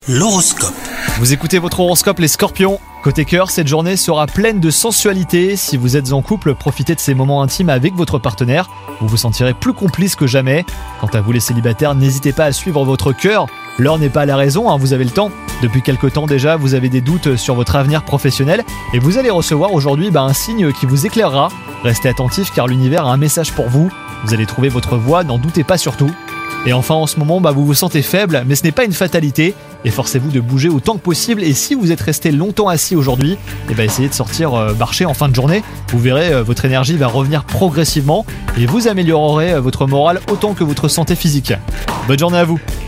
L'horoscope. Vous écoutez votre horoscope les Scorpions. Côté cœur, cette journée sera pleine de sensualité. Si vous êtes en couple, profitez de ces moments intimes avec votre partenaire. Vous vous sentirez plus complice que jamais. Quant à vous les célibataires, n'hésitez pas à suivre votre cœur. L'heure n'est pas à la raison, vous avez le temps. Depuis quelque temps déjà, vous avez des doutes sur votre avenir professionnel et vous allez recevoir aujourd'hui un signe qui vous éclairera. Restez attentifs car l'univers a un message pour vous. Vous allez trouver votre voie, n'en doutez pas surtout. Et enfin en ce moment, vous vous sentez faible, mais ce n'est pas une fatalité. Efforcez-vous de bouger autant que possible et si vous êtes resté longtemps assis aujourd'hui, essayez de sortir marcher en fin de journée. Vous verrez, votre énergie va revenir progressivement et vous améliorerez votre morale autant que votre santé physique. Bonne journée à vous.